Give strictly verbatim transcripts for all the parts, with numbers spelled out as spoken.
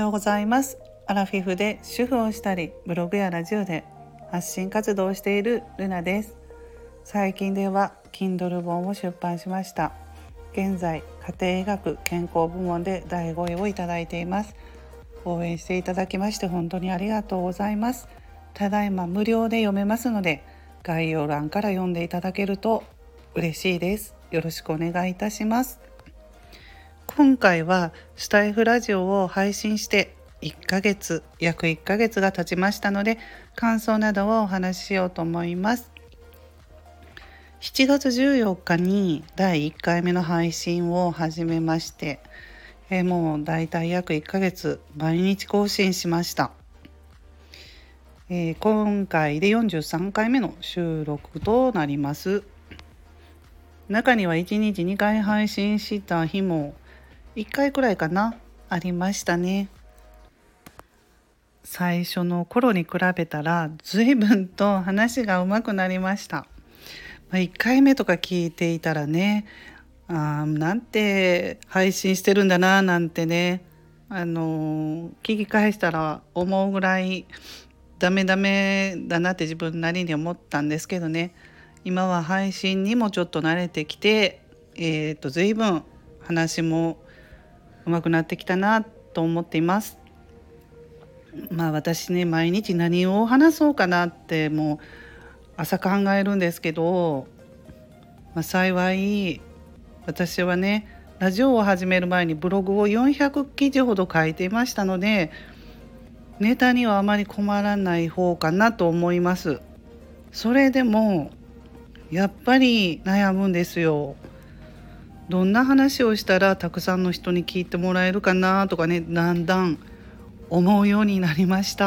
うございます。アラフィフで主婦をしたり、ブログやラジオで発信活動をしているルナです。最近では Kindle 本を出版しました。現在、家庭医学健康部門でだいごいをいただいています。応援していただきまして本当にありがとうございます。ただいま無料で読めますので、概要欄から読んでいただけると嬉しいです。よろしくお願いいたします。今回はスタイフラジオを配信していっかげつ、約いっかげつが経ちましたので、感想などをお話ししようと思います。しちがつじゅうよっかにだいいっかいめの配信を始めまして、えー、もうだいたい約いっかげつ毎日更新しました。えー、今回でよんじゅうさんかいめの収録となります。中にはいちにちにかい配信した日もいっかいくらいかなありましたね。最初の頃に比べたら随分と話が上手くなりました。まあ、いっかいめとか聞いていたらね、あなんて配信してるんだななんてね、あの聞き返したら思うぐらいダメダメだなって自分なりに思ったんですけどね、今は配信にもちょっと慣れてきて、えー、と随分話も上手くなってきたなと思っています。まあ私ね、毎日何を話そうかなってもう朝考えるんですけど、まあ、幸い私はね、ラジオを始める前にブログをよんひゃくきじほど書いていましたので、ネタにはあまり困らない方かなと思います。それでもやっぱり悩むんですよ。どんな話をしたらたくさんの人に聞いてもらえるかなとかね、だんだん思うようになりました。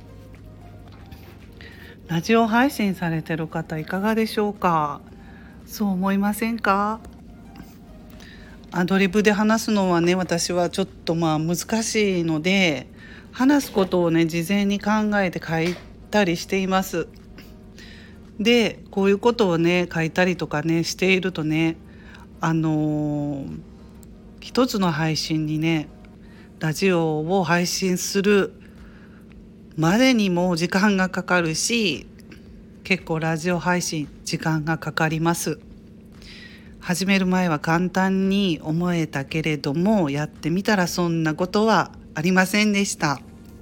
ラジオ配信されてる方いかがでしょうか。そう思いませんか。アドリブで話すのはね、私はちょっとまあ難しいので、話すことをね事前に考えて書いたりしています。でこういうことをね書いたりとかねしているとね、あのー、一つの配信にね、ラジオを配信するまでにも時間がかかるし、結構ラジオ配信時間がかかります。始める前は簡単に思えたけれども、やってみたらそんなことはありませんでした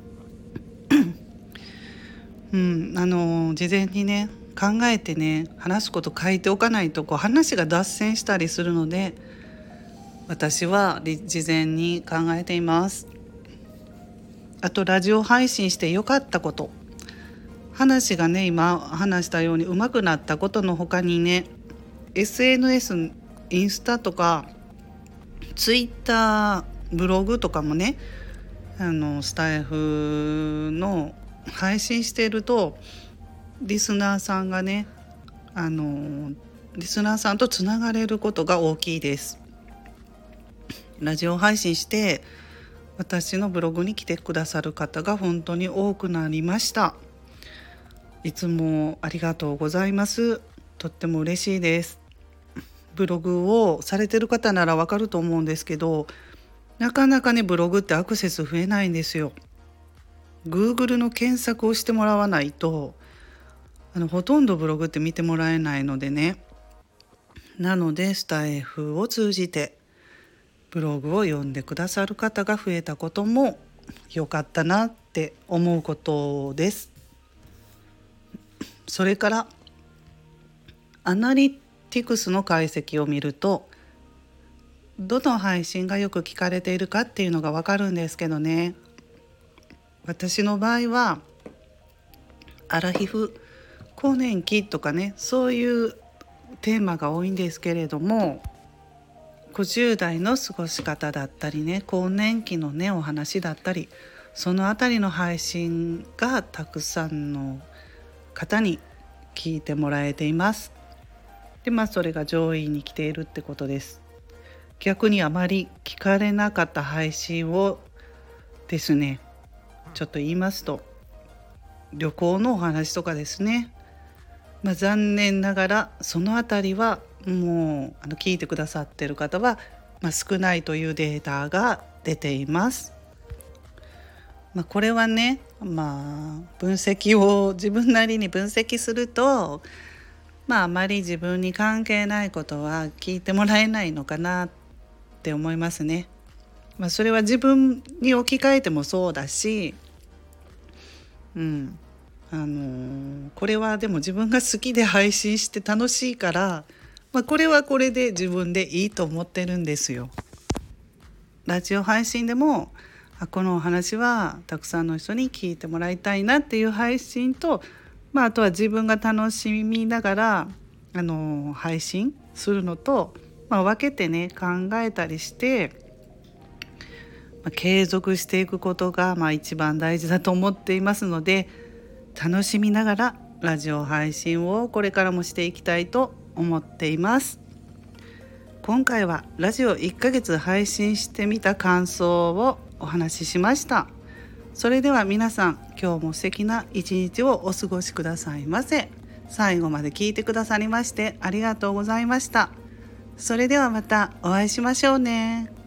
うん、あの事前にね考えてね話すこと書いておかないと、こう話が脱線したりするので、私は事前に考えています。あとラジオ配信して良かったこと、話がね今話したように上手くなったことの他にね、 エスエヌエス インスタとかツイッターブログとかもね、あのスタイフの配信しているとリスナーさんがね、あのリスナーさんとつながれることが大きいです。ラジオ配信して私のブログに来てくださる方が本当に多くなりました。いつもありがとうございます。とっても嬉しいです。ブログをされてる方ならわかると思うんですけど、なかなかねブログってアクセス増えないんですよ。 Google の検索をしてもらわないと、あのほとんどブログって見てもらえないのでね。なのでスタイフを通じてブログを読んでくださる方が増えたことも良かったなって思うことです。それからアナリティクスの解析を見ると、どの配信がよく聞かれているかっていうのがわかるんですけどね、私の場合はアラヒフ、更年期とかね、そういうテーマが多いんですけれども、ごじゅう代の過ごし方だったりね、更年期のねお話だったり、そのあたりの配信がたくさんの方に聞いてもらえています。でまあそれが上位に来ているってことです。逆にあまり聞かれなかった配信をですね、ちょっと言いますと、旅行のお話とかですね、まあ、残念ながらそのあたりはもうあの聞いてくださっている方は、まあ、少ないというデータが出ています。 まあ、これはね、まあ、分析を自分なりに分析すると、まあ、あまり自分に関係ないことは聞いてもらえないのかなって思いますね。まあ、それは自分に置き換えてもそうだし、うんあのーこれはでも自分が好きで配信して楽しいから、まあ、これはこれで自分でいいと思ってるんですよ。ラジオ配信でもあこのお話はたくさんの人に聞いてもらいたいなっていう配信と、まあ、あとは自分が楽しみながらあの配信するのと、まあ、分けてね考えたりして、まあ、継続していくことがまあ一番大事だと思っていますので、楽しみながらラジオ配信をこれからもしていきたいと思っています。今回はラジオいっかげつ配信してみた感想をお話ししました。それでは皆さん、今日も素敵な一日をお過ごしくださいませ。最後まで聞いてくださりましてありがとうございました。それではまたお会いしましょうね。